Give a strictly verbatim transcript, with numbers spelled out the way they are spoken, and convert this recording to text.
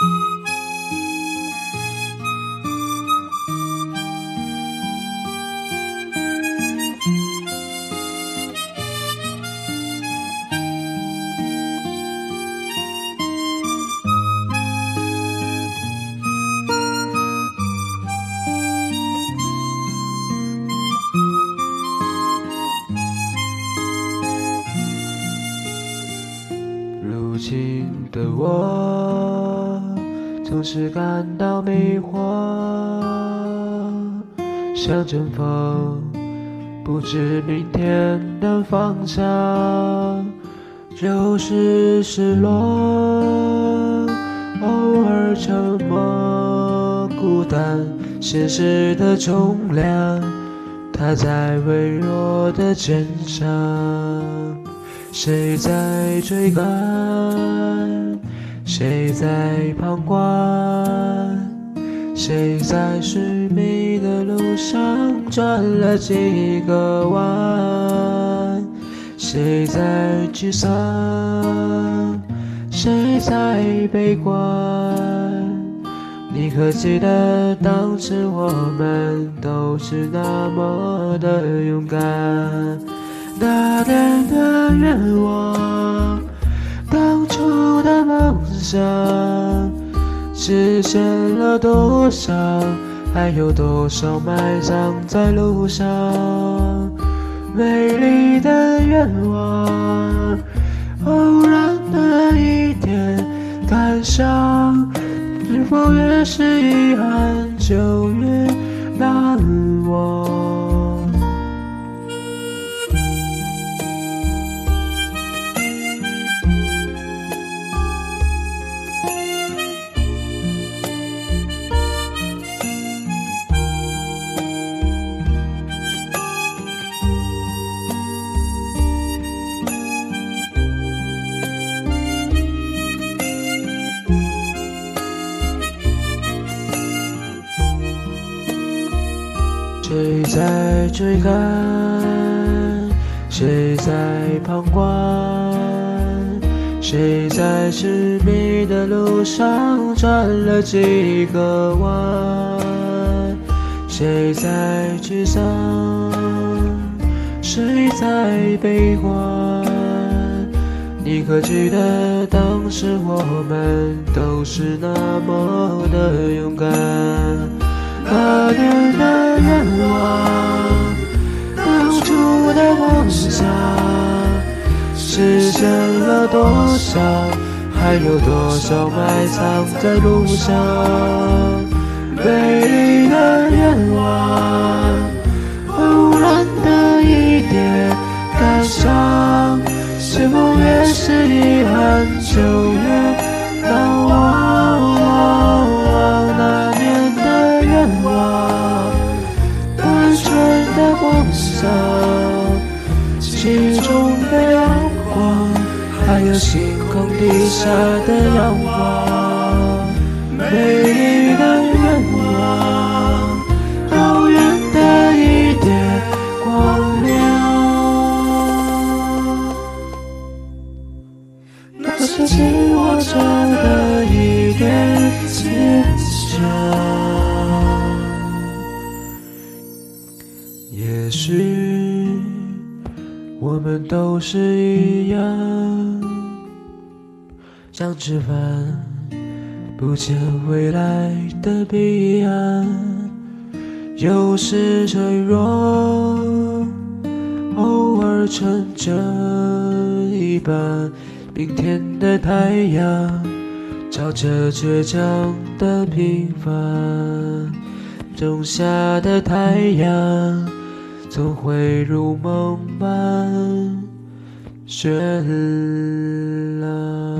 如今的我总是感到迷惑，像阵风，不知明天的方向，就是失落，偶尔沉默，孤单，现实的重量，它在微弱的肩上。谁在追赶？谁在旁观？谁在寻觅的路上转了几个弯？谁在沮丧？谁在悲观？你可记得当时我们都是那么的勇敢？那年的愿望，当初的梦想，实现了多少？还有多少埋葬在路上？美丽的愿望，偶然的一点感伤，是否越是遗憾就越难忘？谁在追赶？谁在旁观？谁在寻觅的路上转了几个弯？谁在沮丧？谁在悲观？你可记得当时我们都是那么的勇敢？那年的愿望，当初的梦想，实现了多少？还有多少埋藏在路上？美丽的愿望，偶然的一点感伤，是否越是遗憾就越难忘？那年的愿望，单纯的梦想，其中的阳光，还有星空底下的仰望。美丽的愿望，遥远的一点光亮，那是紧握着的一点坚强。也许我们都是一样，想吃饭不见未来的彼岸，有时脆弱，偶尔撑着一半明天的太阳，照着倔强的平凡，种下的太阳总会如梦般绚烂。